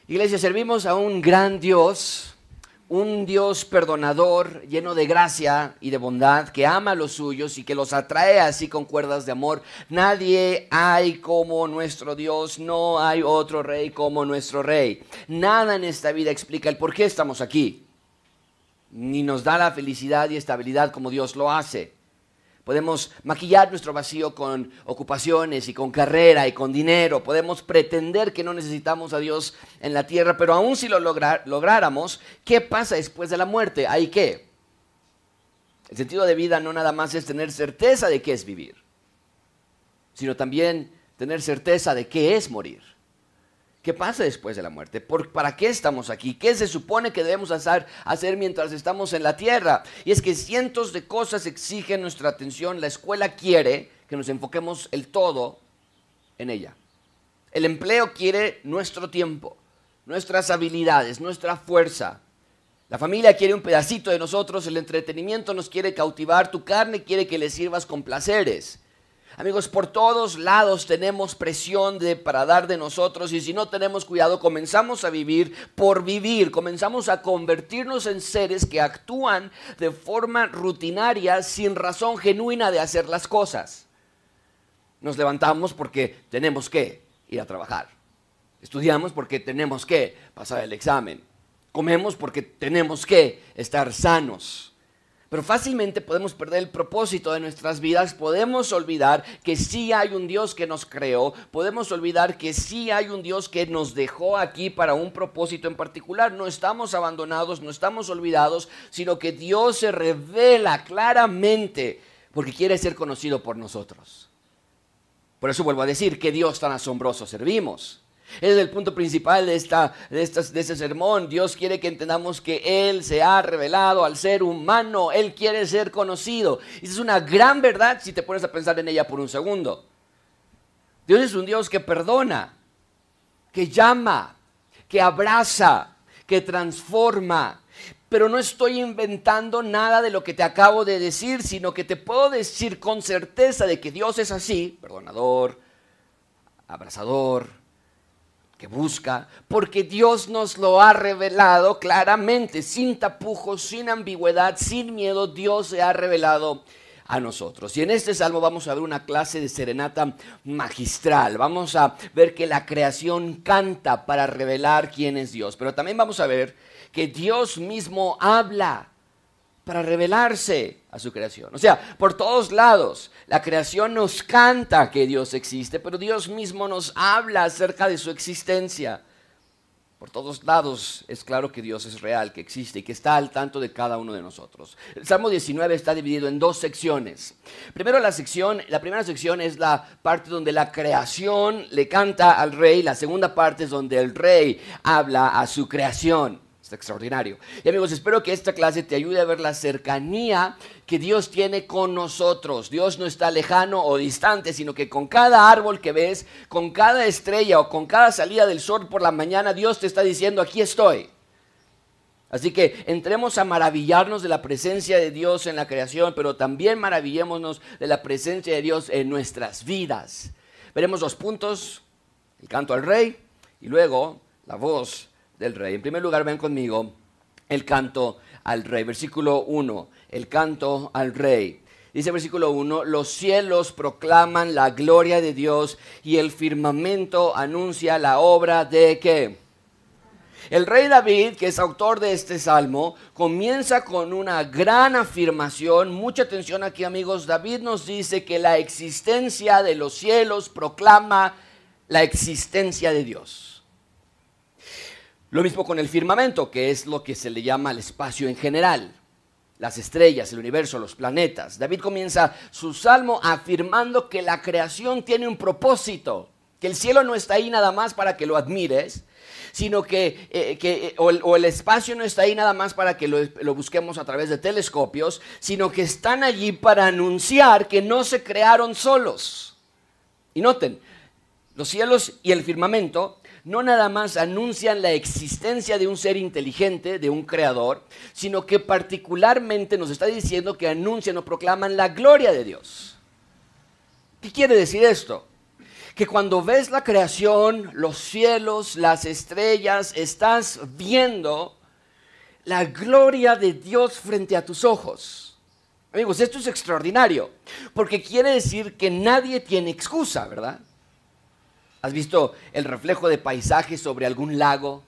Iglesia, servimos a un gran Dios, un Dios perdonador, lleno de gracia y de bondad, que ama a los suyos y que los atrae así con cuerdas de amor. Nadie hay como nuestro Dios, no hay otro rey como nuestro rey. Nada en esta vida explica el por qué estamos aquí, ni nos da la felicidad y estabilidad como Dios lo hace. Podemos maquillar nuestro vacío con ocupaciones y con carrera y con dinero. Podemos pretender que no necesitamos a Dios en la tierra, pero aun si lo lográramos, ¿qué pasa después de la muerte? ¿Hay qué? El sentido de vida no nada más es tener certeza de qué es vivir, sino también tener certeza de qué es morir. ¿Qué pasa después de la muerte? ¿Para qué estamos aquí? ¿Qué se supone que debemos hacer mientras estamos en la tierra? Y es que cientos de cosas exigen nuestra atención. La escuela quiere que nos enfoquemos el todo en ella. El empleo quiere nuestro tiempo, nuestras habilidades, nuestra fuerza. La familia quiere un pedacito de nosotros. El entretenimiento nos quiere cautivar. Tu carne quiere que le sirvas con placeres. Amigos, por todos lados tenemos presión para dar de nosotros, y si no tenemos cuidado comenzamos a vivir por vivir, comenzamos a convertirnos en seres que actúan de forma rutinaria sin razón genuina de hacer las cosas. Nos levantamos porque tenemos que ir a trabajar, estudiamos porque tenemos que pasar el examen, comemos porque tenemos que estar sanos. Pero fácilmente podemos perder el propósito de nuestras vidas, podemos olvidar que sí hay un Dios que nos creó, podemos olvidar que sí hay un Dios que nos dejó aquí para un propósito en particular. No estamos abandonados, no estamos olvidados, sino que Dios se revela claramente porque quiere ser conocido por nosotros. Por eso vuelvo a decir, ¿qué Dios tan asombroso servimos? Ese es el punto principal de este sermón. Dios quiere que entendamos que Él se ha revelado al ser humano. Él quiere ser conocido. Y esa es una gran verdad si te pones a pensar en ella por un segundo. Dios es un Dios que perdona, que llama, que abraza, que transforma. Pero no estoy inventando nada de lo que te acabo de decir, sino que te puedo decir con certeza de que Dios es así, perdonador, abrazador, que busca, porque Dios nos lo ha revelado claramente, sin tapujos, sin ambigüedad, sin miedo. Dios se ha revelado a nosotros. Y en este salmo vamos a ver una clase de serenata magistral. Vamos a ver que la creación canta para revelar quién es Dios, pero también vamos a ver que Dios mismo habla para revelarse a su creación. O sea, por todos lados, la creación nos canta que Dios existe, pero Dios mismo nos habla acerca de su existencia. Por todos lados es claro que Dios es real, que existe y que está al tanto de cada uno de nosotros. El Salmo 19 está dividido en dos secciones. Primero la primera sección es la parte donde la creación le canta al rey. La segunda parte es donde el rey habla a su creación. Está extraordinario. Y amigos, espero que esta clase te ayude a ver la cercanía que Dios tiene con nosotros. Dios no está lejano o distante, sino que con cada árbol que ves, con cada estrella o con cada salida del sol por la mañana, Dios te está diciendo, aquí estoy. Así que entremos a maravillarnos de la presencia de Dios en la creación, pero también maravillémonos de la presencia de Dios en nuestras vidas. Veremos 2 puntos, el canto al rey y luego la voz del rey. En primer lugar, ven conmigo el canto al rey. Versículo 1, el canto al rey. Dice versículo 1, los cielos proclaman la gloria de Dios y el firmamento anuncia la obra de ¿qué? El rey David, que es autor de este salmo, comienza con una gran afirmación. Mucha atención aquí, amigos. David nos dice que la existencia de los cielos proclama la existencia de Dios. Lo mismo con el firmamento, que es lo que se le llama el espacio en general. Las estrellas, el universo, los planetas. David comienza su salmo afirmando que la creación tiene un propósito. Que el cielo no está ahí nada más para que lo admires, sino que el espacio no está ahí nada más para que lo busquemos a través de telescopios, sino que están allí para anunciar que no se crearon solos. Y noten, los cielos y el firmamento no nada más anuncian la existencia de un ser inteligente, de un creador, sino que particularmente nos está diciendo que anuncian o proclaman la gloria de Dios. ¿Qué quiere decir esto? que cuando ves la creación, los cielos, las estrellas, estás viendo la gloria de Dios frente a tus ojos. Amigos, esto es extraordinario, porque quiere decir que nadie tiene excusa, ¿verdad? ¿Has visto el reflejo de paisaje sobre algún lago?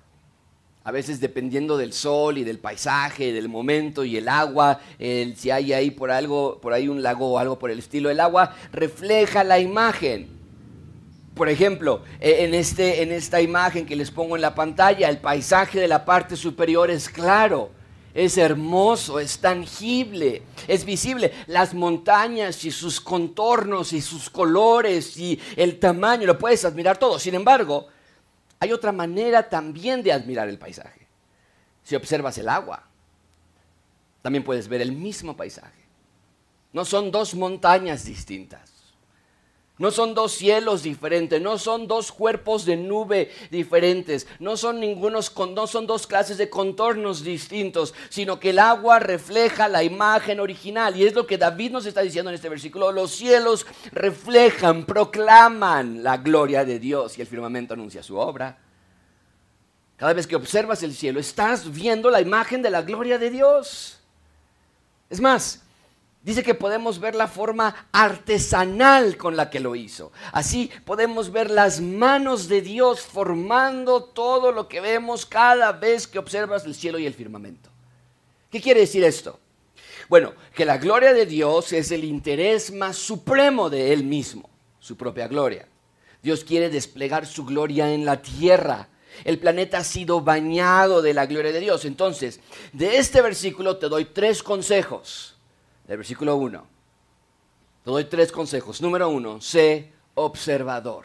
A veces dependiendo del sol y del paisaje, del momento y el agua, si hay ahí por ahí un lago o algo por el estilo, el agua refleja la imagen. Por ejemplo, en esta imagen que les pongo en la pantalla, el paisaje de la parte superior es claro, es hermoso, es tangible, es visible. Las montañas y sus contornos y sus colores y el tamaño, lo puedes admirar todo. Sin embargo, hay otra manera también de admirar el paisaje. Si observas el agua, también puedes ver el mismo paisaje. No son dos montañas distintas. No son dos cielos diferentes, no son dos cuerpos de nube diferentes, no son dos clases de contornos distintos, sino que el agua refleja la imagen original. Y es lo que David nos está diciendo en este versículo. Los cielos reflejan, proclaman la gloria de Dios y el firmamento anuncia su obra. Cada vez que observas el cielo, estás viendo la imagen de la gloria de Dios. Es más, dice que podemos ver la forma artesanal con la que lo hizo. Así podemos ver las manos de Dios formando todo lo que vemos cada vez que observas el cielo y el firmamento. ¿Qué quiere decir esto? Bueno, que la gloria de Dios es el interés más supremo de Él mismo, su propia gloria. Dios quiere desplegar su gloria en la tierra. El planeta ha sido bañado de la gloria de Dios. Entonces, de este versículo te doy 3 consejos. Del versículo 1, te doy 3 consejos. Número 1, sé observador.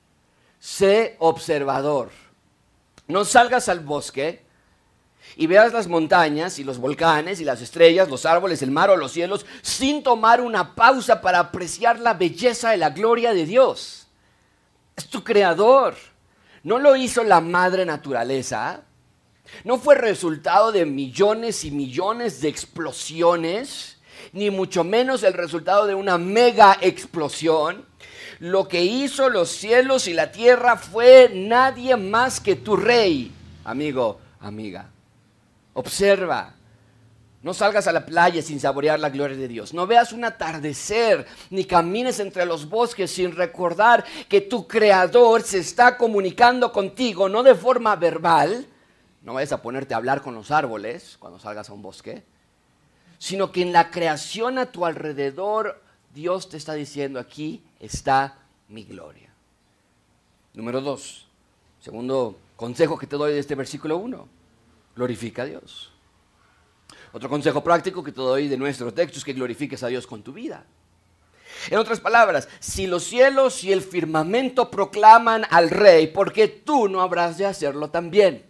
Sé observador. No salgas al bosque y veas las montañas y los volcanes y las estrellas, los árboles, el mar o los cielos sin tomar una pausa para apreciar la belleza de la gloria de Dios. Es tu creador. No lo hizo la madre naturaleza. No fue resultado de millones y millones de explosiones, ni mucho menos el resultado de una mega explosión. Lo que hizo los cielos y la tierra fue nadie más que tu rey. Amigo, amiga, observa. No salgas a la playa sin saborear la gloria de Dios. No veas un atardecer, ni camines entre los bosques sin recordar que tu creador se está comunicando contigo, no de forma verbal. No vayas a ponerte a hablar con los árboles cuando salgas a un bosque, sino que en la creación a tu alrededor, Dios te está diciendo, aquí está mi gloria. Número 2, segundo consejo que te doy de este versículo 1, glorifica a Dios. Otro consejo práctico que te doy de nuestro texto es que glorifiques a Dios con tu vida. En otras palabras, si los cielos y el firmamento proclaman al Rey, ¿por qué tú no habrás de hacerlo también?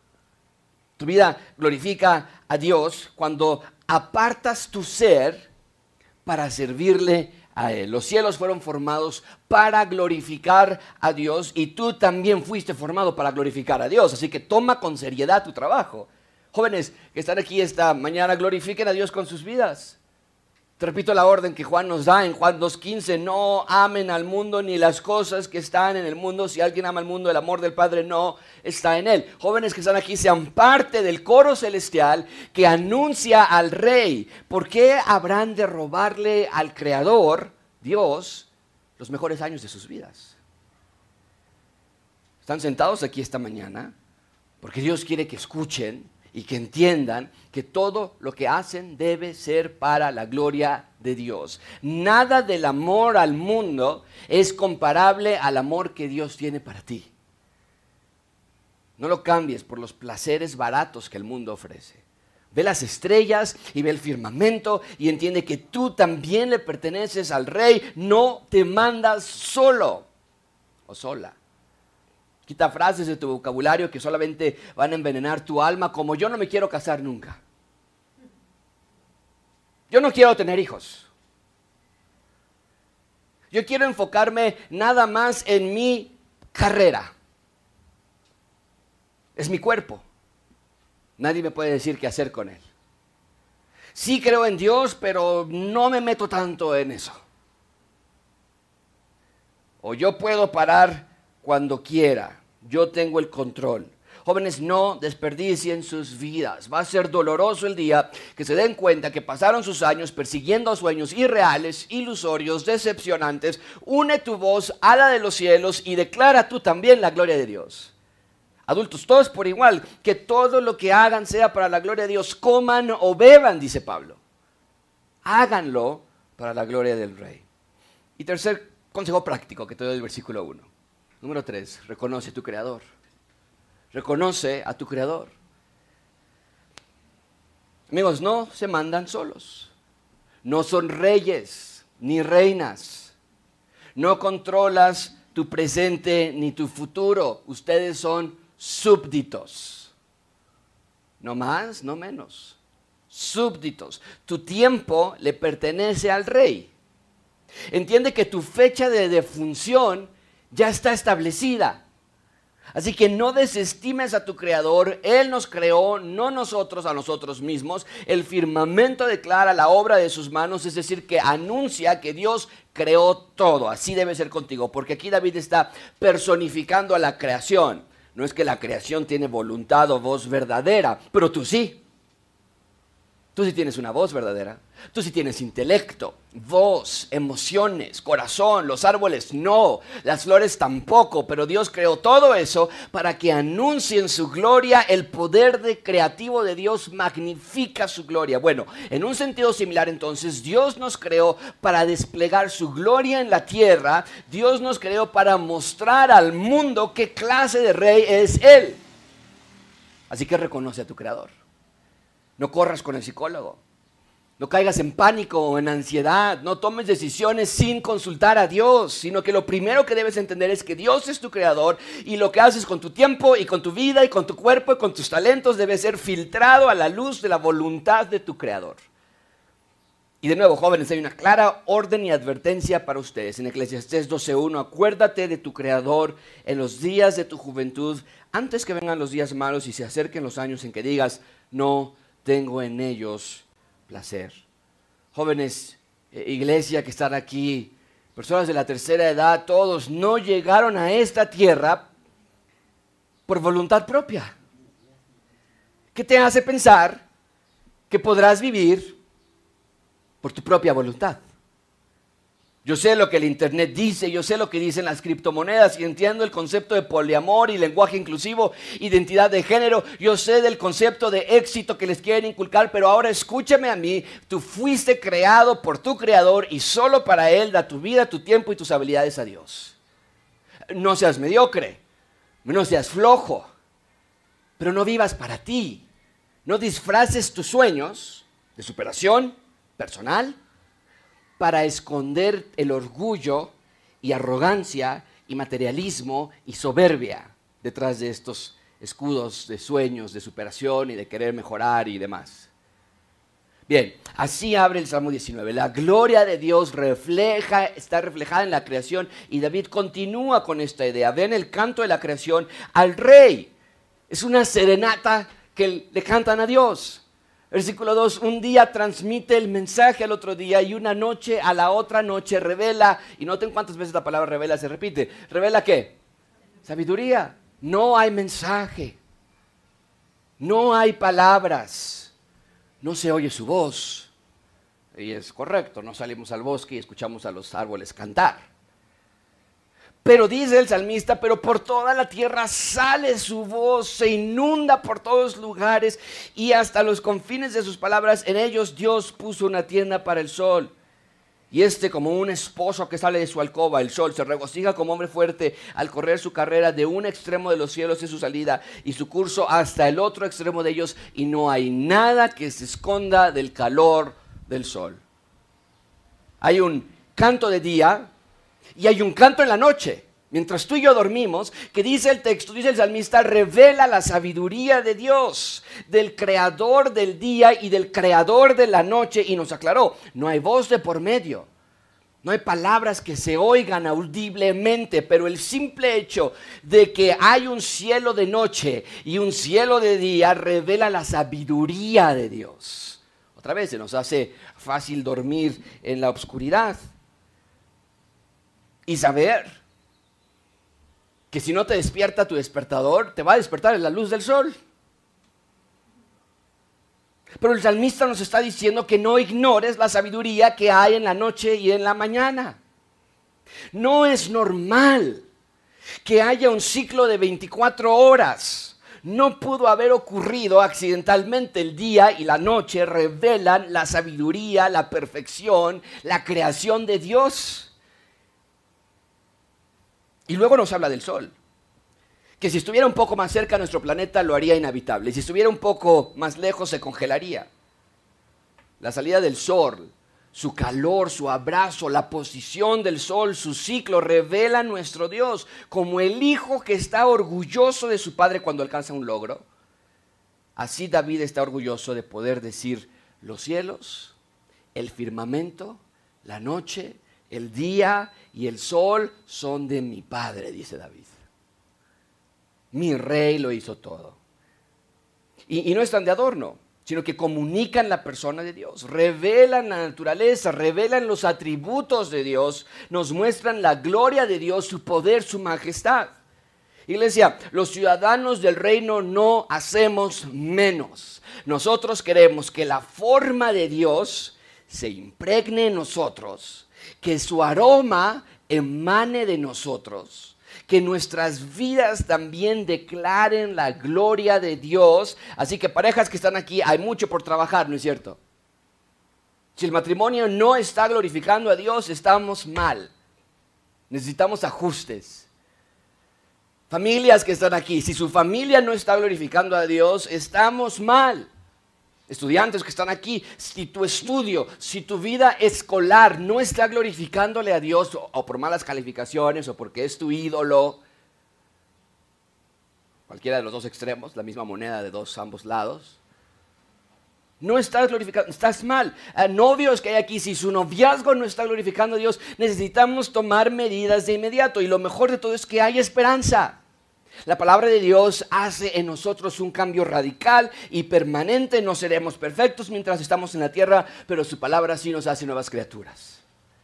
Tu vida glorifica a Dios cuando apartas tu ser para servirle a Él. Los cielos fueron formados para glorificar a Dios y tú también fuiste formado para glorificar a Dios. Así que toma con seriedad tu trabajo. Jóvenes que están aquí esta mañana, glorifiquen a Dios con sus vidas. Te repito la orden que Juan nos da en Juan 2:15, no amen al mundo ni las cosas que están en el mundo. Si alguien ama al mundo, el amor del Padre no está en él. Jóvenes que están aquí, sean parte del coro celestial que anuncia al Rey. ¿Por qué habrán de robarle al Creador, Dios, los mejores años de sus vidas? Están sentados aquí esta mañana porque Dios quiere que escuchen y que entiendan que todo lo que hacen debe ser para la gloria de Dios. Nada del amor al mundo es comparable al amor que Dios tiene para ti. No lo cambies por los placeres baratos que el mundo ofrece. Ve las estrellas y ve el firmamento y entiende que tú también le perteneces al Rey. No te mandas solo o sola. Quita frases de tu vocabulario que solamente van a envenenar tu alma, como yo no me quiero casar nunca. Yo no quiero tener hijos. Yo quiero enfocarme nada más en mi carrera. Es mi cuerpo. Nadie me puede decir qué hacer con él. Sí creo en Dios, pero no me meto tanto en eso. o yo puedo parar cuando quiera. Yo tengo el control. Jóvenes, no desperdicien sus vidas. Va a ser doloroso el día que se den cuenta que pasaron sus años persiguiendo sueños irreales, ilusorios, decepcionantes. Une tu voz a la de los cielos y declara tú también la gloria de Dios. Adultos, todos por igual, que todo lo que hagan sea para la gloria de Dios. Coman o beban, dice Pablo. Háganlo para la gloria del Rey. Y tercer consejo práctico que te doy del versículo 1. Número 3, reconoce a tu Creador. Reconoce a tu Creador. Amigos, no se mandan solos. No son reyes ni reinas. No controlas tu presente ni tu futuro. Ustedes son súbditos. No más, no menos. Súbditos. Tu tiempo le pertenece al rey. Entiende que tu fecha de defunción ya está establecida. Así que no desestimes a tu Creador. Él nos creó, no nosotros a nosotros mismos. El firmamento declara la obra de sus manos, es decir, que anuncia que Dios creó todo. Así debe ser contigo, porque aquí David está personificando a la creación. No es que la creación tiene voluntad o voz verdadera, pero tú sí. Tú sí tienes una voz verdadera. Tú sí tienes intelecto, voz, emociones, corazón. Los árboles no, las flores tampoco. Pero Dios creó todo eso para que anuncien su gloria. El poder creativo de Dios magnifica su gloria. Bueno, en un sentido similar entonces, Dios nos creó para desplegar su gloria en la tierra. Dios nos creó para mostrar al mundo qué clase de rey es Él. Así que reconoce a tu Creador. No corras con el psicólogo. No caigas en pánico o en ansiedad. No tomes decisiones sin consultar a Dios, sino que lo primero que debes entender es que Dios es tu Creador y lo que haces con tu tiempo y con tu vida y con tu cuerpo y con tus talentos debe ser filtrado a la luz de la voluntad de tu Creador. Y de nuevo, jóvenes, hay una clara orden y advertencia para ustedes. En Eclesiastés 12:1, acuérdate de tu Creador en los días de tu juventud, antes que vengan los días malos y se acerquen los años en que digas, no tengo en ellos placer. Jóvenes, iglesia que están aquí, personas de la tercera edad, todos no llegaron a esta tierra por voluntad propia. ¿Qué te hace pensar que podrás vivir por tu propia voluntad? Yo sé lo que el internet dice, yo sé lo que dicen las criptomonedas y entiendo el concepto de poliamor y lenguaje inclusivo, identidad de género. Yo sé del concepto de éxito que les quieren inculcar, pero ahora escúchame a mí. Tú fuiste creado por tu Creador y solo para Él da tu vida, tu tiempo y tus habilidades a Dios. No seas mediocre, no seas flojo, pero no vivas para ti. No disfraces tus sueños de superación personal para esconder el orgullo y arrogancia y materialismo y soberbia detrás de estos escudos de sueños, de superación y de querer mejorar y demás. Bien, así abre el Salmo 19. La gloria de Dios está reflejada en la creación y David continúa con esta idea. Ven el canto de la creación al Rey. Es una serenata que le cantan a Dios. Versículo 2, un día transmite el mensaje al otro día y una noche a la otra noche revela, y noten cuántas veces la palabra revela se repite. ¿Revela qué? Sabiduría. No hay mensaje, no hay palabras, no se oye su voz. Y es correcto, no salimos al bosque y escuchamos a los árboles cantar. Pero dice el salmista, pero por toda la tierra sale su voz, se inunda por todos lugares y hasta los confines de sus palabras. En ellos Dios puso una tienda para el sol. Y como un esposo que sale de su alcoba, el sol se regocija como hombre fuerte al correr su carrera. De un extremo de los cielos es su salida y su curso hasta el otro extremo de ellos. Y no hay nada que se esconda del calor del sol. Hay un canto de día y hay un canto en la noche, mientras tú y yo dormimos, que dice el texto, dice el salmista, revela la sabiduría de Dios, del creador del día y del creador de la noche, y nos aclaró, no hay voz de por medio, no hay palabras que se oigan audiblemente, pero el simple hecho de que hay un cielo de noche y un cielo de día revela la sabiduría de Dios. Otra vez se nos hace fácil dormir en la oscuridad. Y saber que si no te despierta tu despertador, te va a despertar en la luz del sol. Pero el salmista nos está diciendo que no ignores la sabiduría que hay en la noche y en la mañana. No es normal que haya un ciclo de 24 horas. No pudo haber ocurrido accidentalmente. El día y la noche revelan la sabiduría, la perfección, la creación de Dios. Y luego nos habla del sol, que si estuviera un poco más cerca a nuestro planeta lo haría inhabitable, y si estuviera un poco más lejos se congelaría. La salida del sol, su calor, su abrazo, la posición del sol, su ciclo, revelan nuestro Dios como el hijo que está orgulloso de su padre cuando alcanza un logro. Así David está orgulloso de poder decir: los cielos, el firmamento, la noche, el día y el sol son de mi padre, dice David. Mi rey lo hizo todo. Y no están de adorno, sino que comunican la persona de Dios, revelan la naturaleza, revelan los atributos de Dios, nos muestran la gloria de Dios, su poder, su majestad. Iglesia, los ciudadanos del reino no hacemos menos. Nosotros queremos que la forma de Dios se impregne en nosotros, que su aroma emane de nosotros, que nuestras vidas también declaren la gloria de Dios. Así que parejas que están aquí, hay mucho por trabajar, ¿no es cierto? Si el matrimonio no está glorificando a Dios, estamos mal. Necesitamos ajustes. Familias que están aquí, si su familia no está glorificando a Dios, estamos mal. Estudiantes que están aquí, si tu estudio, si tu vida escolar no está glorificándole a Dios, o por malas calificaciones, o porque es tu ídolo, cualquiera de los dos extremos, la misma moneda de ambos lados, no estás glorificando, estás mal. Novios que hay aquí, si su noviazgo no está glorificando a Dios, necesitamos tomar medidas de inmediato. Y lo mejor de todo es que hay esperanza. La palabra de Dios hace en nosotros un cambio radical y permanente. No seremos perfectos mientras estamos en la tierra, pero su palabra sí nos hace nuevas criaturas.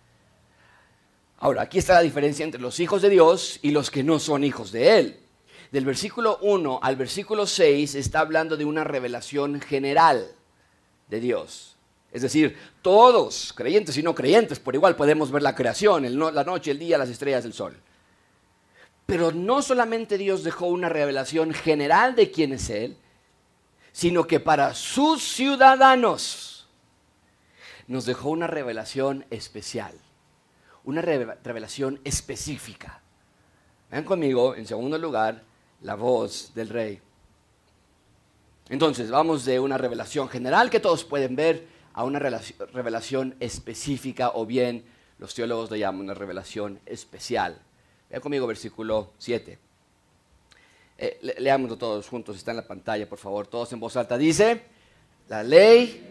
Ahora, aquí está la diferencia entre los hijos de Dios y los que no son hijos de Él. Del versículo 1 al versículo 6 está hablando de una revelación general de Dios. Es decir, todos, creyentes y no creyentes, por igual podemos ver la creación, la noche, el día, las estrellas, el sol. Pero no solamente Dios dejó una revelación general de quién es Él, sino que para sus ciudadanos nos dejó una revelación especial, una revelación específica. Vean conmigo, en segundo lugar, la voz del Rey. Entonces, vamos de una revelación general que todos pueden ver a una revelación específica, o bien los teólogos le llaman una revelación especial. Vean conmigo versículo 7. Leámoslo todos juntos, está en la pantalla, por favor, todos en voz alta. Dice, la ley...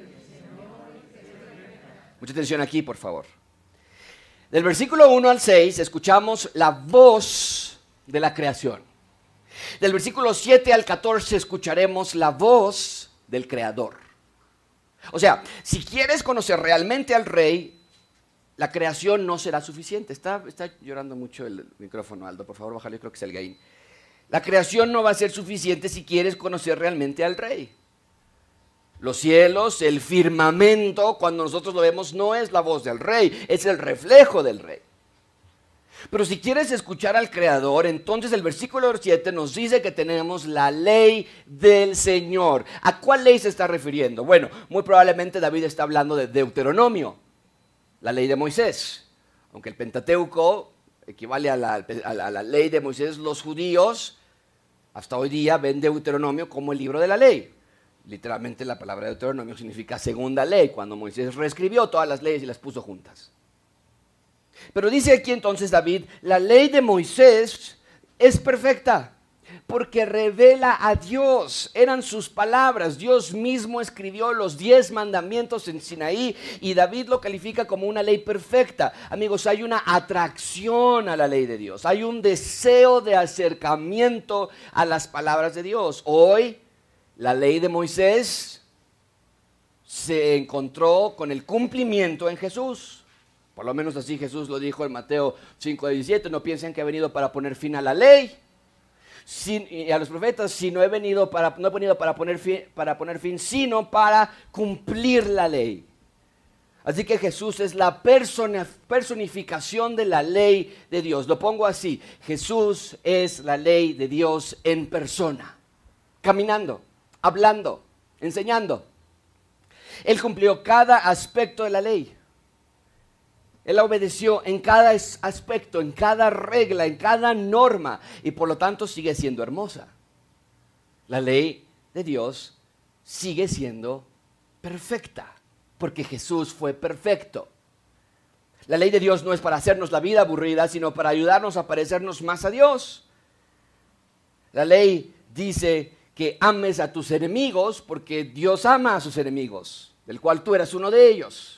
Mucha atención aquí, por favor. Del versículo 1 al 6 escuchamos la voz de la creación. Del versículo 7 al 14 escucharemos la voz del Creador. O sea, si quieres conocer realmente al Rey, la creación no será suficiente. Está llorando mucho el micrófono, Aldo. Por favor, bájale, creo que es el gain. La creación no va a ser suficiente si quieres conocer realmente al Rey. Los cielos, el firmamento, cuando nosotros lo vemos, no es la voz del Rey, es el reflejo del Rey. Pero si quieres escuchar al Creador, entonces el versículo 7 nos dice que tenemos la ley del Señor. ¿A cuál ley se está refiriendo? Bueno, muy probablemente David está hablando de Deuteronomio, la ley de Moisés. Aunque el Pentateuco equivale a la ley de Moisés, los judíos hasta hoy día ven Deuteronomio como el libro de la ley. Literalmente la palabra Deuteronomio significa segunda ley, cuando Moisés reescribió todas las leyes y las puso juntas. Pero dice aquí entonces David, la ley de Moisés es perfecta porque revela a Dios. Eran sus palabras. Dios mismo escribió los 10 mandamientos en Sinaí y David lo califica como una ley perfecta. Amigos, hay una atracción a la ley de Dios. Hay un deseo de acercamiento a las palabras de Dios. Hoy, la ley de Moisés se encontró con el cumplimiento en Jesús. Por lo menos así Jesús lo dijo en Mateo 5:17. No piensen que he venido para poner fin a la ley y a los profetas, si no he venido para poner fin, sino para cumplir la ley. Así que Jesús es la personificación de la ley de Dios. Lo pongo así: Jesús es la ley de Dios en persona, caminando, hablando, enseñando. Él cumplió cada aspecto de la ley. Él la obedeció en cada aspecto, en cada regla, en cada norma, y por lo tanto sigue siendo hermosa. La ley de Dios sigue siendo perfecta, porque Jesús fue perfecto. La ley de Dios no es para hacernos la vida aburrida, sino para ayudarnos a parecernos más a Dios. La ley dice que ames a tus enemigos, porque Dios ama a sus enemigos, del cual tú eras uno de ellos.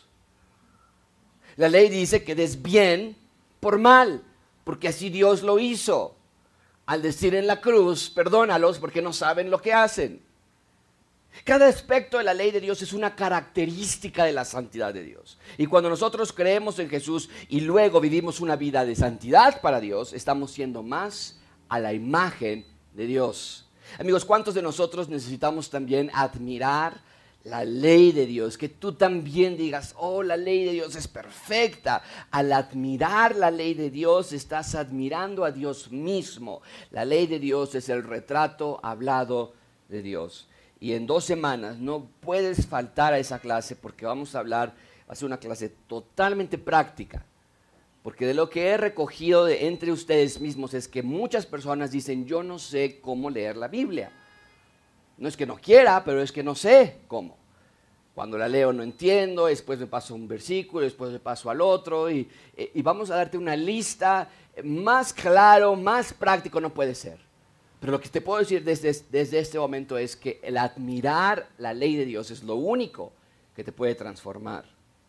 La ley dice que des bien por mal, porque así Dios lo hizo, al decir en la cruz: perdónalos porque no saben lo que hacen. Cada aspecto de la ley de Dios es una característica de la santidad de Dios. Y cuando nosotros creemos en Jesús y luego vivimos una vida de santidad para Dios, estamos siendo más a la imagen de Dios. Amigos, ¿cuántos de nosotros necesitamos también admirar la ley de Dios? Que tú también digas: oh, la ley de Dios es perfecta. Al admirar la ley de Dios, estás admirando a Dios mismo. La ley de Dios es el retrato hablado de Dios. Y en 2 semanas no puedes faltar a esa clase, porque vamos a hablar, va a ser una clase totalmente práctica. Porque de lo que he recogido entre ustedes mismos es que muchas personas dicen: yo no sé cómo leer la Biblia. No es que no quiera, pero es que no sé cómo. Cuando la leo no entiendo, después me paso a un versículo, después me paso al otro, y vamos a darte una lista. Más claro, más práctico no puede ser. Pero lo que te puedo decir desde este momento es que el admirar la ley de Dios es lo único que te puede transformar.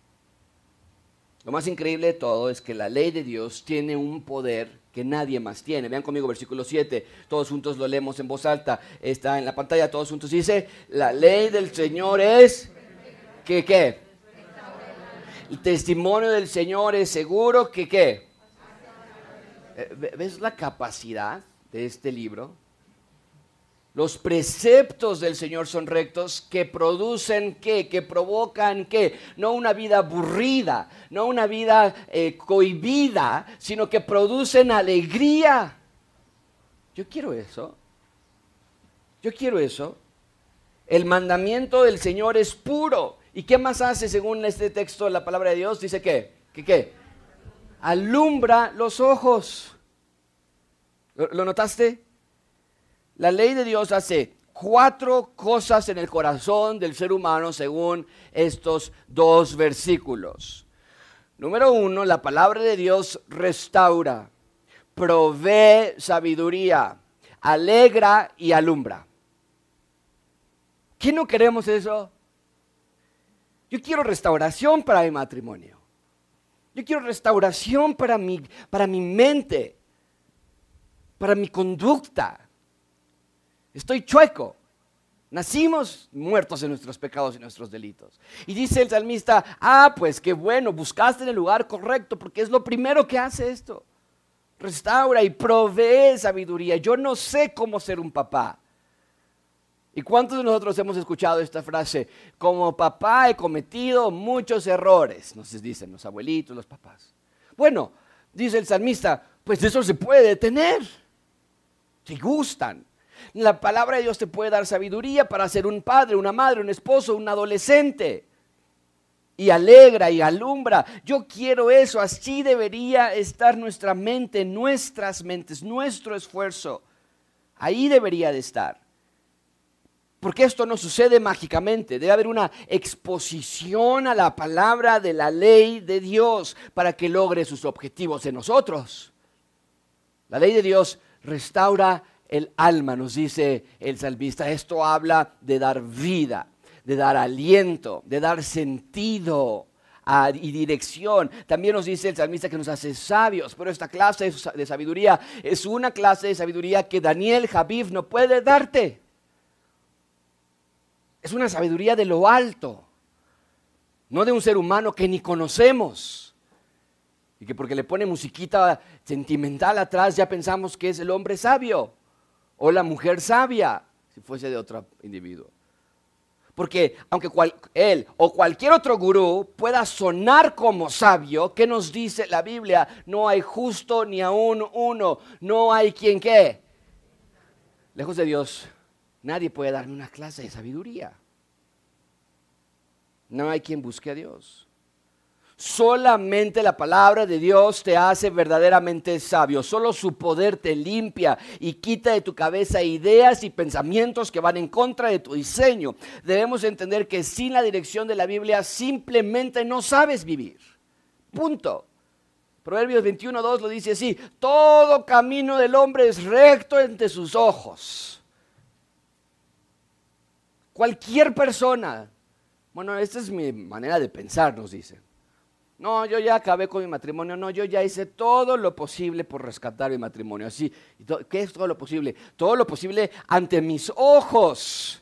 Lo más increíble de todo es que la ley de Dios tiene un poder que nadie más tiene. Vean conmigo versículo 7, todos juntos lo leemos en voz alta, está en la pantalla, todos juntos dice: la ley del Señor es, ¿qué? El testimonio del Señor es seguro, ¿qué? ¿Ves la capacidad de este libro? Los preceptos del Señor son rectos, que producen ¿qué? Que provocan ¿qué? No una vida aburrida, no una vida cohibida, sino que producen alegría. Yo quiero eso. Yo quiero eso. El mandamiento del Señor es puro. ¿Y qué más hace según este texto de la palabra de Dios? Dice ¿qué? Alumbra los ojos. ¿Lo notaste? La ley de Dios hace 4 cosas en el corazón del ser humano según estos 2 versículos. Número 1, la palabra de Dios restaura, provee sabiduría, alegra y alumbra. ¿Qué no queremos eso? Yo quiero restauración para mi matrimonio. Yo quiero restauración para mi mente, para mi conducta. Estoy chueco. Nacimos muertos en nuestros pecados y nuestros delitos. Y dice el salmista: pues qué bueno, buscaste en el lugar correcto, porque es lo primero que hace esto. Restaura y provee sabiduría. Yo no sé cómo ser un papá. ¿Y cuántos de nosotros hemos escuchado esta frase? Como papá he cometido muchos errores, nos dicen los abuelitos, los papás. Bueno, dice el salmista, pues eso se puede detener, si gustan. La palabra de Dios te puede dar sabiduría para ser un padre, una madre, un esposo, un adolescente. Y alegra y alumbra. Yo quiero eso. Así debería estar nuestra mente, nuestras mentes, nuestro esfuerzo. Ahí debería de estar. Porque esto no sucede mágicamente. Debe haber una exposición a la palabra de la ley de Dios para que logre sus objetivos en nosotros. La ley de Dios restaura el alma, nos dice el salmista. Esto habla de dar vida, de dar aliento, de dar sentido y dirección. También nos dice el salmista que nos hace sabios, pero esta clase de sabiduría es una clase de sabiduría que Daniel Habib no puede darte. Es una sabiduría de lo alto, no de un ser humano que ni conocemos. Y que porque le pone musiquita sentimental atrás ya pensamos que es el hombre sabio o la mujer sabia, si fuese de otro individuo. Porque aunque él o cualquier otro gurú pueda sonar como sabio, ¿qué nos dice la Biblia? No hay justo ni aún uno, no hay quien qué. Lejos de Dios, nadie puede darme una clase de sabiduría. No hay quien busque a Dios. Solamente la palabra de Dios te hace verdaderamente sabio. Solo su poder te limpia y quita de tu cabeza ideas y pensamientos que van en contra de tu diseño. Debemos entender que sin la dirección de la Biblia simplemente no sabes vivir. Punto. Proverbios 21:2 lo dice así: todo camino del hombre es recto ante sus ojos. Cualquier persona. Bueno, esta es mi manera de pensar, nos dice. No, yo ya acabé con mi matrimonio. No, yo ya hice todo lo posible por rescatar mi matrimonio. Así, ¿qué es todo lo posible? Todo lo posible ante mis ojos.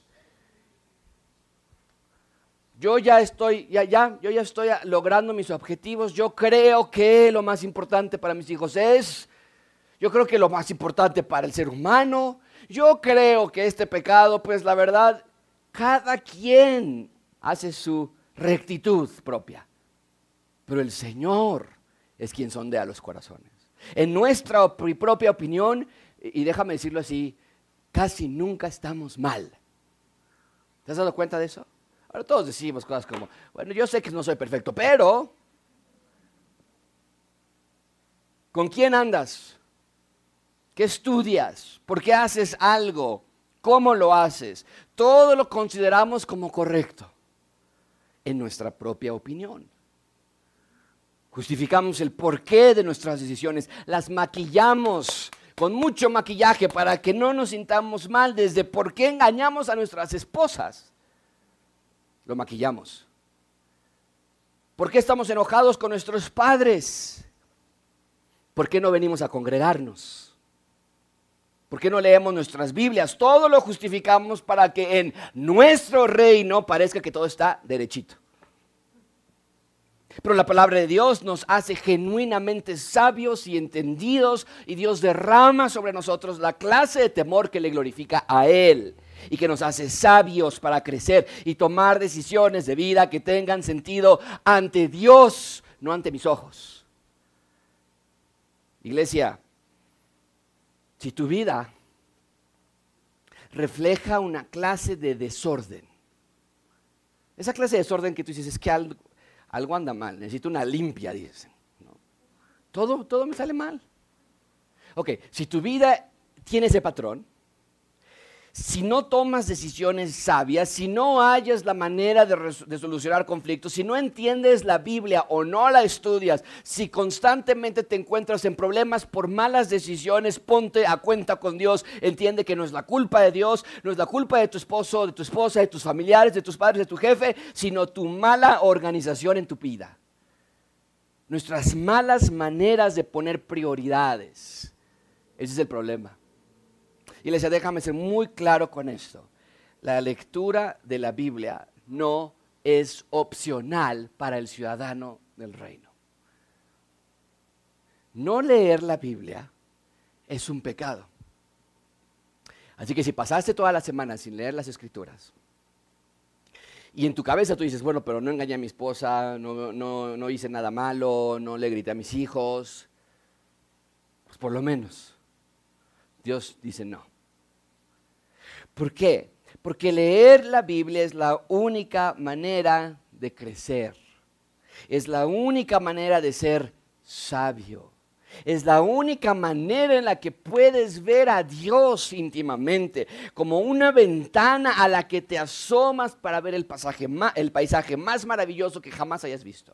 Yo ya estoy logrando mis objetivos. Yo creo que lo más importante para mis hijos yo creo que lo más importante para el ser humano. Yo creo que este pecado, pues la verdad, cada quien hace su rectitud propia. Pero el Señor es quien sondea los corazones. En nuestra propia opinión, y déjame decirlo así, casi nunca estamos mal. ¿Te has dado cuenta de eso? Ahora todos decimos cosas como, bueno, yo sé que no soy perfecto, pero ¿con quién andas? ¿Qué estudias? ¿Por qué haces algo? ¿Cómo lo haces? Todo lo consideramos como correcto en nuestra propia opinión. Justificamos el porqué de nuestras decisiones, las maquillamos con mucho maquillaje para que no nos sintamos mal, desde por qué engañamos a nuestras esposas. Lo maquillamos. ¿Por qué estamos enojados con nuestros padres? ¿Por qué no venimos a congregarnos? ¿Por qué no leemos nuestras Biblias? Todo lo justificamos para que en nuestro reino parezca que todo está derechito. Pero la palabra de Dios nos hace genuinamente sabios y entendidos, y Dios derrama sobre nosotros la clase de temor que le glorifica a Él y que nos hace sabios para crecer y tomar decisiones de vida que tengan sentido ante Dios, no ante mis ojos. Iglesia, si tu vida refleja una clase de desorden, esa clase de desorden que tú dices, es que algo anda mal, necesito una limpia, dicen. ¿No? Todo me sale mal. Ok, si tu vida tiene ese patrón, si no tomas decisiones sabias, si no hallas la manera de solucionar conflictos, si no entiendes la Biblia o no la estudias, si constantemente te encuentras en problemas por malas decisiones, ponte a cuenta con Dios. Entiende que no es la culpa de Dios, no es la culpa de tu esposo, de tu esposa, de tus familiares, de tus padres, de tu jefe, sino tu mala organización en tu vida. Nuestras malas maneras de poner prioridades. Ese es el problema. Iglesia, déjame ser muy claro con esto. La lectura de la Biblia no es opcional para el ciudadano del reino. No leer la Biblia es un pecado. Así que si pasaste toda la semana sin leer las Escrituras, y en tu cabeza tú dices, bueno, pero no engañé a mi esposa, no hice nada malo, no le grité a mis hijos, pues por lo menos Dios dice no. ¿Por qué? Porque leer la Biblia es la única manera de crecer. Es la única manera de ser sabio. Es la única manera en la que puedes ver a Dios íntimamente, como una ventana a la que te asomas para ver el paisaje más maravilloso que jamás hayas visto.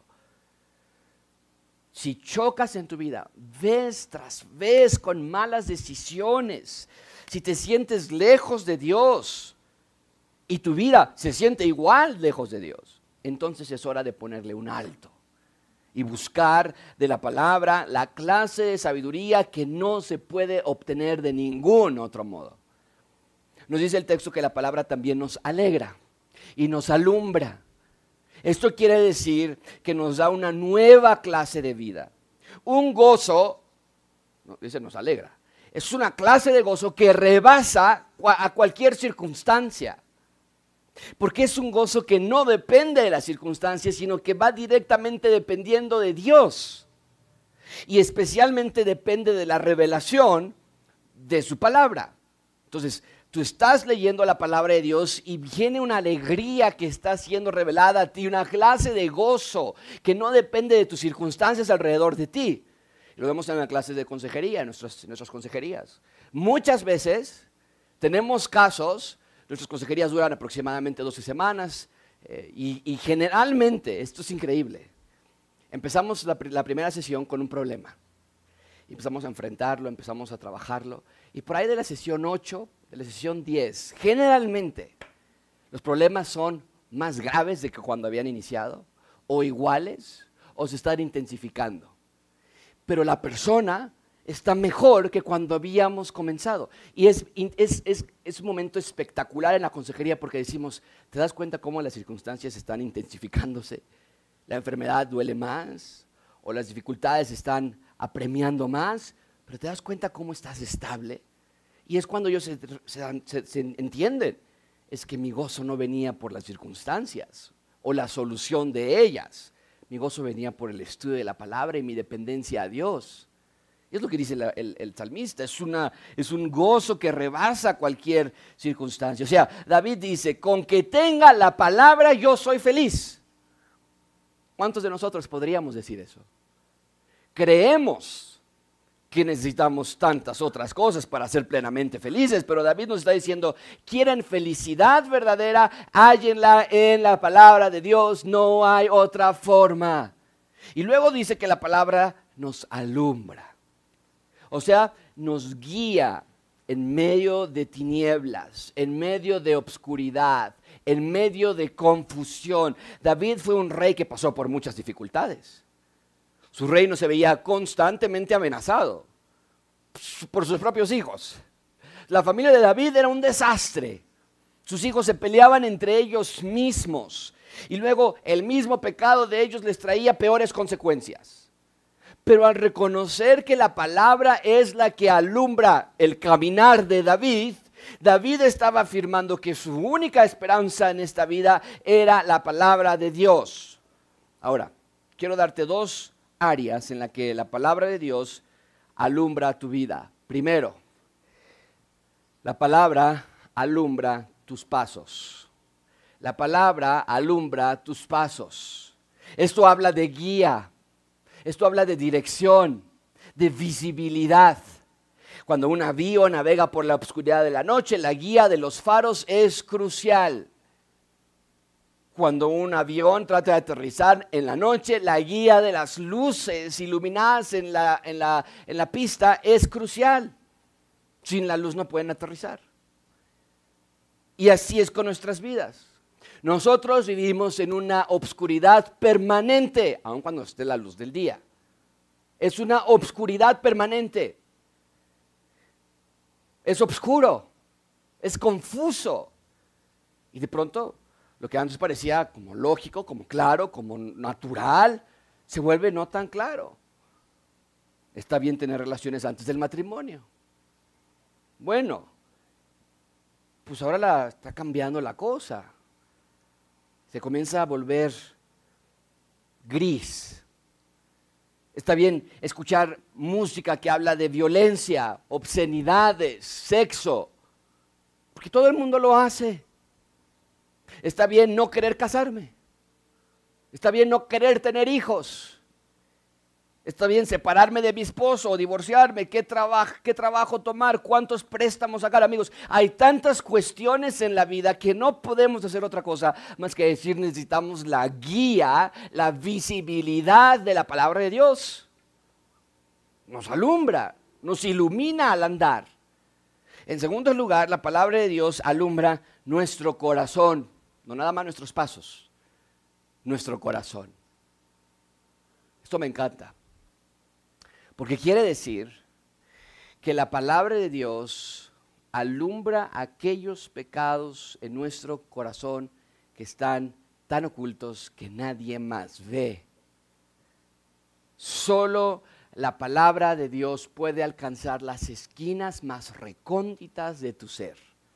Si chocas en tu vida, vez tras vez con malas decisiones, si te sientes lejos de Dios y tu vida se siente igual lejos de Dios, entonces es hora de ponerle un alto y buscar de la palabra la clase de sabiduría que no se puede obtener de ningún otro modo. Nos dice el texto que la palabra también nos alegra y nos alumbra. Esto quiere decir que nos da una nueva clase de vida. Un gozo, dice, nos alegra. Es una clase de gozo que rebasa a cualquier circunstancia. Porque es un gozo que no depende de las circunstancias, sino que va directamente dependiendo de Dios. Y especialmente depende de la revelación de su palabra. Entonces, tú estás leyendo la palabra de Dios y viene una alegría que está siendo revelada a ti, una clase de gozo que no depende de tus circunstancias alrededor de ti. Lo vemos en la clase de consejería, en nuestras consejerías. Muchas veces tenemos casos, nuestras consejerías duran aproximadamente 12 semanas y generalmente, esto es increíble, empezamos la primera sesión con un problema. Empezamos a enfrentarlo, empezamos a trabajarlo y por ahí de la sesión 8, de la sesión 10, generalmente los problemas son más graves de que cuando habían iniciado o iguales o se están intensificando. Pero la persona está mejor que cuando habíamos comenzado. Y es un momento espectacular en la consejería porque decimos, ¿te das cuenta cómo las circunstancias están intensificándose? La enfermedad duele más o las dificultades están apremiando más, pero te das cuenta cómo estás estable. Y es cuando ellos se entienden, es que mi gozo no venía por las circunstancias o la solución de ellas. Mi gozo venía por el estudio de la palabra y mi dependencia a Dios. Y es lo que dice el salmista, es un gozo que rebasa cualquier circunstancia. O sea, David dice, con que tenga la palabra yo soy feliz. ¿Cuántos de nosotros podríamos decir eso? Creemos que necesitamos tantas otras cosas para ser plenamente felices, pero David nos está diciendo, quieren felicidad verdadera, hállenla en la palabra de Dios, no hay otra forma. Y luego dice que la palabra nos alumbra, o sea, nos guía en medio de tinieblas, en medio de obscuridad, en medio de confusión. David fue un rey que pasó por muchas dificultades. Su reino se veía constantemente amenazado por sus propios hijos. La familia de David era un desastre. Sus hijos se peleaban entre ellos mismos. Y luego el mismo pecado de ellos les traía peores consecuencias. Pero al reconocer que la palabra es la que alumbra el caminar de David, David estaba afirmando que su única esperanza en esta vida era la palabra de Dios. Ahora, quiero darte dos áreas en las que la palabra de Dios alumbra tu vida. Primero, la palabra alumbra tus pasos. La palabra alumbra tus pasos. Esto habla de guía, esto habla de dirección, de visibilidad. Cuando un navío navega por la oscuridad de la noche, la guía de los faros es crucial. Cuando un avión trata de aterrizar en la noche, la guía de las luces iluminadas en la pista es crucial. Sin la luz no pueden aterrizar. Y así es con nuestras vidas. Nosotros vivimos en una obscuridad permanente, aun cuando esté la luz del día. Es una obscuridad permanente. Es oscuro, es confuso. Y de pronto, lo que antes parecía como lógico, como claro, como natural, se vuelve no tan claro. Está bien tener relaciones antes del matrimonio. Bueno, pues ahora está cambiando la cosa. Se comienza a volver gris. Está bien escuchar música que habla de violencia, obscenidades, sexo, porque todo el mundo lo hace. Está bien no querer casarme. Está bien no querer tener hijos. Está bien separarme de mi esposo o divorciarme. ¿Qué trabajo tomar? ¿Cuántos préstamos sacar? Amigos, hay tantas cuestiones en la vida que no podemos hacer otra cosa más que decir necesitamos la guía, la visibilidad de la palabra de Dios. Nos alumbra, nos ilumina al andar. En segundo lugar, la palabra de Dios alumbra nuestro corazón. No nada más nuestros pasos, nuestro corazón. Esto me encanta, porque quiere decir que la palabra de Dios alumbra aquellos pecados en nuestro corazón que están tan ocultos que nadie más ve. Solo la palabra de Dios puede alcanzar las esquinas más recónditas de tu ser.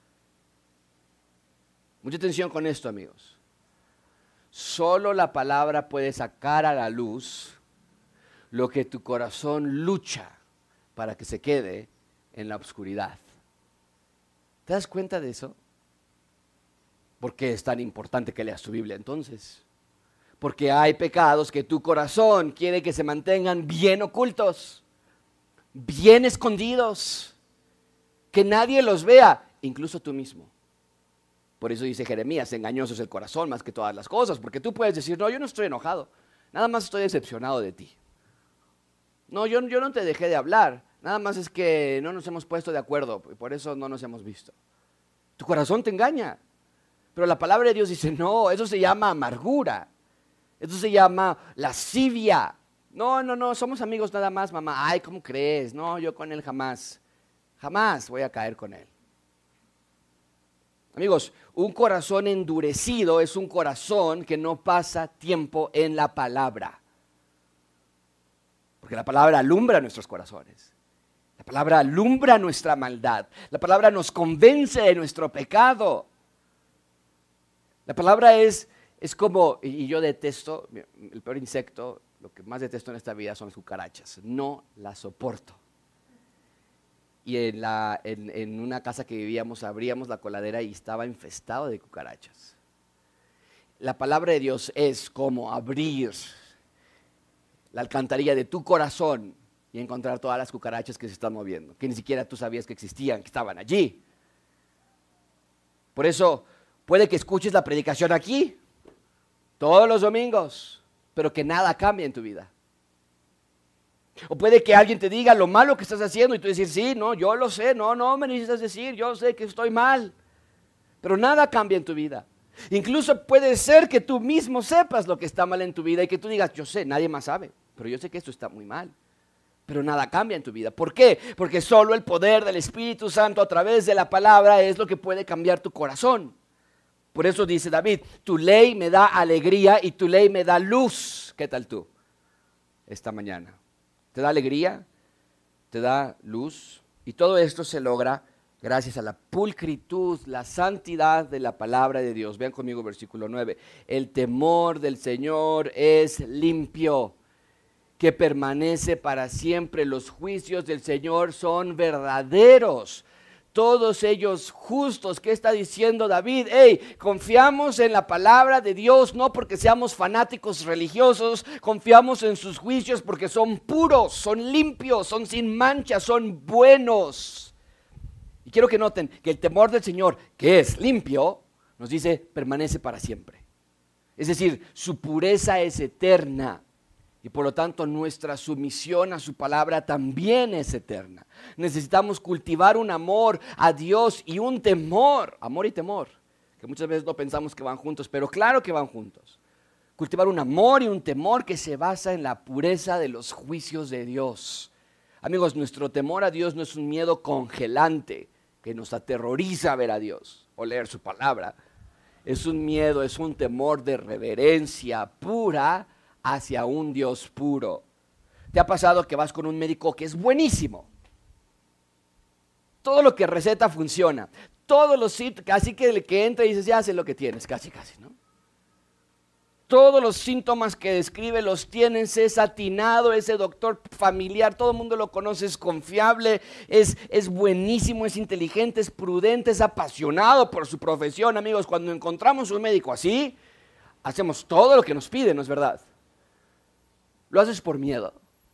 Mucha atención con esto, amigos. Solo la palabra puede sacar a la luz lo que tu corazón lucha para que se quede en la oscuridad. ¿Te das cuenta de eso? ¿Por qué es tan importante que leas tu Biblia entonces? Porque hay pecados que tu corazón quiere que se mantengan bien ocultos, bien escondidos, que nadie los vea, incluso tú mismo. Por eso dice Jeremías, engañoso es el corazón más que todas las cosas, porque tú puedes decir, no, yo no estoy enojado, nada más estoy decepcionado de ti. No, yo no te dejé de hablar, nada más es que no nos hemos puesto de acuerdo y por eso no nos hemos visto. Tu corazón te engaña, pero la palabra de Dios dice, no, eso se llama amargura, eso se llama lascivia. No, somos amigos nada más, mamá. Ay, ¿cómo crees? No, yo con él jamás voy a caer con él. Amigos, un corazón endurecido es un corazón que no pasa tiempo en la palabra. Porque la palabra alumbra nuestros corazones. La palabra alumbra nuestra maldad. La palabra nos convence de nuestro pecado. La palabra es como, y yo detesto, el peor insecto, lo que más detesto en esta vida son las cucarachas. No las soporto. Y en una casa que vivíamos, abríamos la coladera y estaba infestado de cucarachas. La palabra de Dios es como abrir la alcantarilla de tu corazón y encontrar todas las cucarachas que se están moviendo, que ni siquiera tú sabías que existían, que estaban allí. Por eso, puede que escuches la predicación aquí, todos los domingos, pero que nada cambie en tu vida. O puede que alguien te diga lo malo que estás haciendo y tú decir, sí, no, yo lo sé, no me necesitas decir, yo sé que estoy mal, pero nada cambia en tu vida. Incluso puede ser que tú mismo sepas lo que está mal en tu vida y que tú digas, yo sé, nadie más sabe, pero yo sé que esto está muy mal. Pero nada cambia en tu vida. ¿Por qué? Porque solo el poder del Espíritu Santo a través de la palabra es lo que puede cambiar tu corazón. Por eso dice David, tu ley me da alegría y tu ley me da luz. ¿Qué tal tú esta mañana? ¿Te da alegría? ¿Te da luz? Y todo esto se logra gracias a la pulcritud, la santidad de la palabra de Dios. Vean conmigo versículo 9. El temor del Señor es limpio, que permanece para siempre. Los juicios del Señor son verdaderos, todos ellos justos. ¿Qué está diciendo David? Confiamos en la palabra de Dios, no porque seamos fanáticos religiosos, confiamos en sus juicios porque son puros, son limpios, son sin mancha, son buenos. Y quiero que noten que el temor del Señor, que es limpio, nos dice, permanece para siempre. Es decir, su pureza es eterna. Y por lo tanto nuestra sumisión a su palabra también es eterna. Necesitamos cultivar un amor a Dios y un temor, amor y temor, que muchas veces no pensamos que van juntos, pero claro que van juntos. Cultivar un amor y un temor que se basa en la pureza de los juicios de Dios. Amigos, nuestro temor a Dios no es un miedo congelante que nos aterroriza ver a Dios o leer su palabra. Es un miedo, es un temor de reverencia pura hacia un Dios puro. ¿Te ha pasado que vas con un médico que es buenísimo? Todo lo que receta funciona. Todos los síntomas, casi que el que entra y dices, ya sé lo que tienes, casi, ¿no? Todos los síntomas que describe los tienes, es atinado, ese doctor familiar, todo el mundo lo conoce, es confiable, es buenísimo, es inteligente, es prudente, es apasionado por su profesión. Amigos, cuando encontramos un médico así, hacemos todo lo que nos pide, ¿no es verdad? Lo haces por miedo.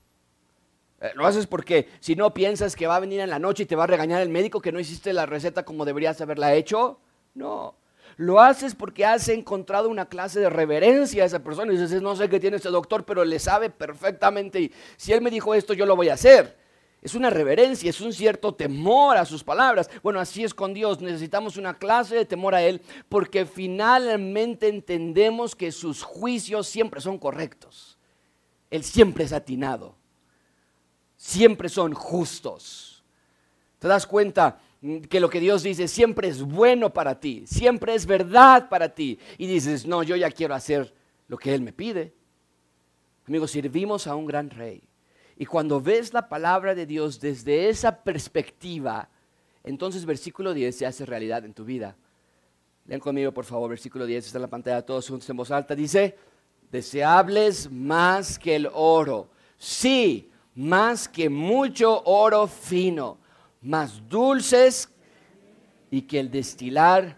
Lo haces porque si no piensas que va a venir en la noche y te va a regañar el médico que no hiciste la receta como deberías haberla hecho. No. Lo haces porque has encontrado una clase de reverencia a esa persona y dices, no sé qué tiene este doctor, pero le sabe perfectamente y si él me dijo esto, yo lo voy a hacer. Es una reverencia, es un cierto temor a sus palabras. Bueno, así es con Dios, necesitamos una clase de temor a Él porque finalmente entendemos que sus juicios siempre son correctos. Él siempre es atinado, siempre son justos. ¿Te das cuenta que lo que Dios dice siempre es bueno para ti, siempre es verdad para ti? Y dices, no, yo ya quiero hacer lo que Él me pide. Amigos, servimos a un gran rey Y cuando ves la palabra de Dios desde esa perspectiva, entonces versículo 10 se hace realidad en tu vida. Lean conmigo, por favor, versículo 10, está en la pantalla, todos juntos en voz alta. Dice, deseables más que el oro. Sí, más que mucho oro fino, más dulces y que el destilar.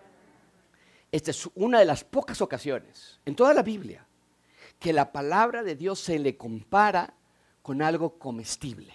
Esta es una de las pocas ocasiones en toda la Biblia que la palabra de Dios se le compara con algo comestible.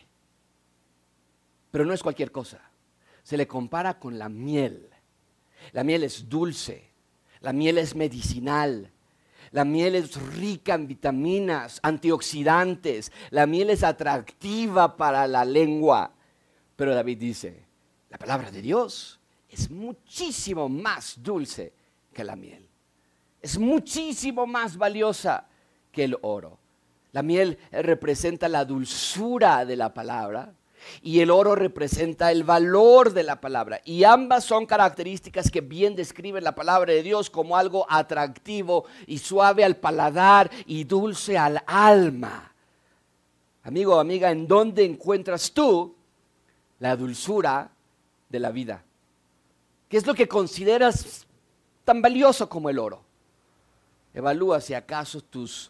Pero no es cualquier cosa. Se le compara con la miel. La miel es dulce, la miel es medicinal, la miel es rica en vitaminas, antioxidantes, la miel es atractiva para la lengua. Pero David dice, la palabra de Dios es muchísimo más dulce que la miel. Es muchísimo más valiosa que el oro. La miel representa la dulzura de la palabra y el oro representa el valor de la palabra. Y ambas son características que bien describen la palabra de Dios como algo atractivo y suave al paladar y dulce al alma. Amigo o amiga, ¿en dónde encuentras tú la dulzura de la vida? ¿Qué es lo que consideras tan valioso como el oro? Evalúa si acaso tus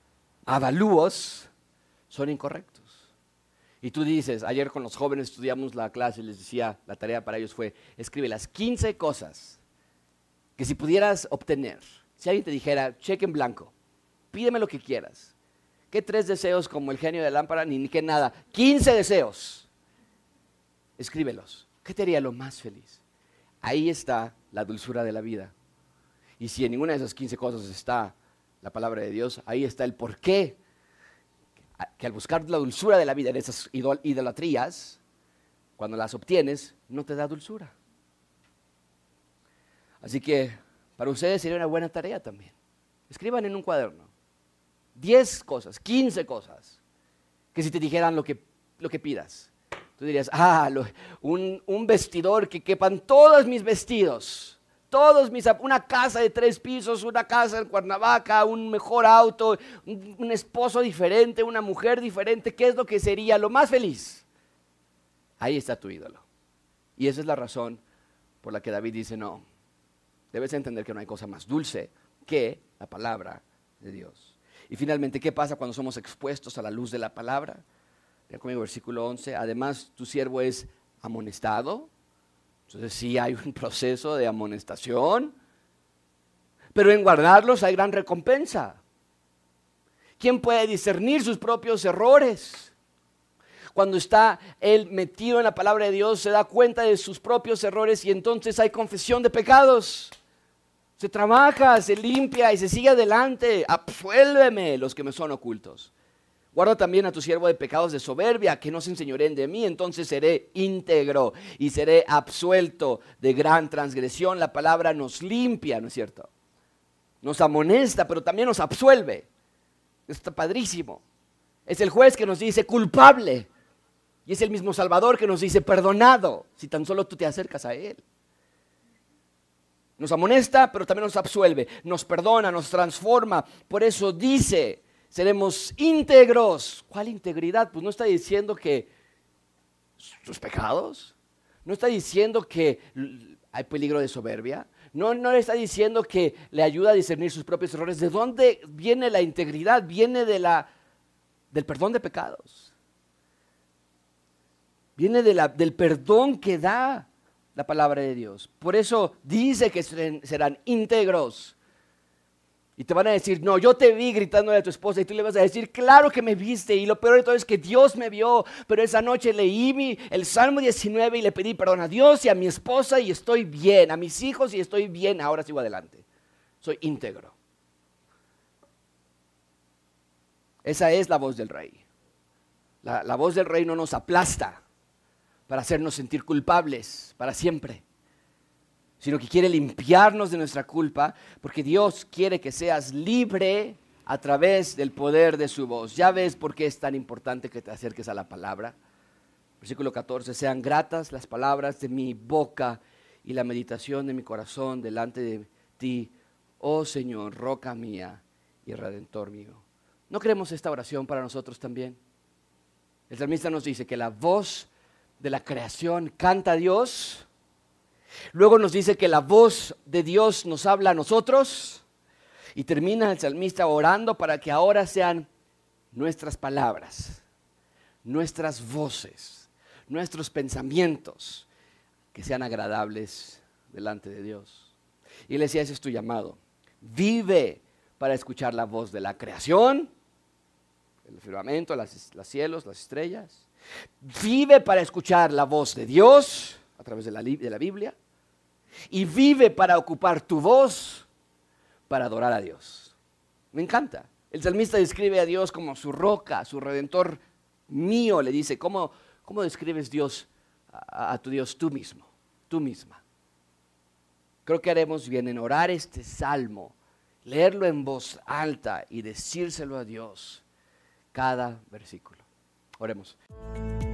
avalúos son incorrectos. Y tú dices, ayer con los jóvenes estudiamos la clase y les decía, la tarea para ellos fue, escribe las 15 cosas que si pudieras obtener, si alguien te dijera, cheque en blanco, pídeme lo que quieras. ¿Qué 3 deseos como el genio de la lámpara? Ni qué nada. 15 deseos. Escríbelos. ¿Qué te haría lo más feliz? Ahí está la dulzura de la vida. Y si en ninguna de esas 15 cosas está la palabra de Dios, ahí está el porqué. Que al buscar la dulzura de la vida en esas idolatrías, cuando las obtienes, no te da dulzura. Así que para ustedes sería una buena tarea también. Escriban en un cuaderno 10 cosas, 15 cosas, que si te dijeran lo que pidas, tú dirías, un vestidor que quepan todos mis vestidos. Una casa de 3 pisos, una casa en Cuernavaca, un mejor auto, un esposo diferente, una mujer diferente. ¿Qué es lo que sería lo más feliz? Ahí está tu ídolo. Y esa es la razón por la que David dice, no, debes entender que no hay cosa más dulce que la palabra de Dios. Y finalmente, ¿qué pasa cuando somos expuestos a la luz de la palabra? Vean conmigo versículo 11. Además, tu siervo es amonestado. Entonces sí hay un proceso de amonestación, pero en guardarlos hay gran recompensa. ¿Quién puede discernir sus propios errores? Cuando está él metido en la palabra de Dios, se da cuenta de sus propios errores y entonces hay confesión de pecados. Se trabaja, se limpia y se sigue adelante. Absuélveme los que me son ocultos. Guarda también a tu siervo de pecados de soberbia, que no se enseñoreen de mí, entonces seré íntegro y seré absuelto de gran transgresión. La palabra nos limpia, ¿no es cierto? Nos amonesta, pero también nos absuelve. Está padrísimo. Es el juez que nos dice culpable y es el mismo Salvador que nos dice perdonado, si tan solo tú te acercas a Él. Nos amonesta, pero también nos absuelve, nos perdona, nos transforma. Por eso dice, seremos íntegros. ¿Cuál integridad? Pues no está diciendo que sus pecados, no está diciendo que hay peligro de soberbia, no le está diciendo que le ayuda a discernir sus propios errores. ¿De dónde viene la integridad? Viene del perdón de pecados. Viene del perdón que da la palabra de Dios. Por eso dice que serán íntegros. Y te van a decir, no, yo te vi gritando a tu esposa y tú le vas a decir, claro que me viste y lo peor de todo es que Dios me vio, pero esa noche leí el Salmo 19 y le pedí perdón a Dios y a mi esposa y estoy bien, a mis hijos y estoy bien, ahora sigo adelante, soy íntegro. Esa es la voz del Rey. La voz del Rey no nos aplasta para hacernos sentir culpables para siempre, sino que quiere limpiarnos de nuestra culpa, porque Dios quiere que seas libre a través del poder de su voz. Ya ves por qué es tan importante que te acerques a la palabra. Versículo 14, sean gratas las palabras de mi boca y la meditación de mi corazón delante de ti, oh Señor, roca mía y redentor mío. ¿No queremos esta oración para nosotros también? El salmista nos dice que la voz de la creación canta a Dios. Luego nos dice que la voz de Dios nos habla a nosotros. Y termina el salmista orando para que ahora sean nuestras palabras, nuestras voces, nuestros pensamientos, que sean agradables delante de Dios. Iglesia, ese es tu llamado. Vive para escuchar la voz de la creación, el firmamento, los cielos, las estrellas. Vive para escuchar la voz de Dios a través de la Biblia. Y vive para ocupar tu voz para adorar a Dios. Me encanta. El salmista describe a Dios como su roca, su redentor mío. Le dice, ¿cómo describes Dios a tu Dios tú mismo, tú misma? Creo que haremos bien en orar este salmo, leerlo en voz alta y decírselo a Dios cada versículo. Oremos.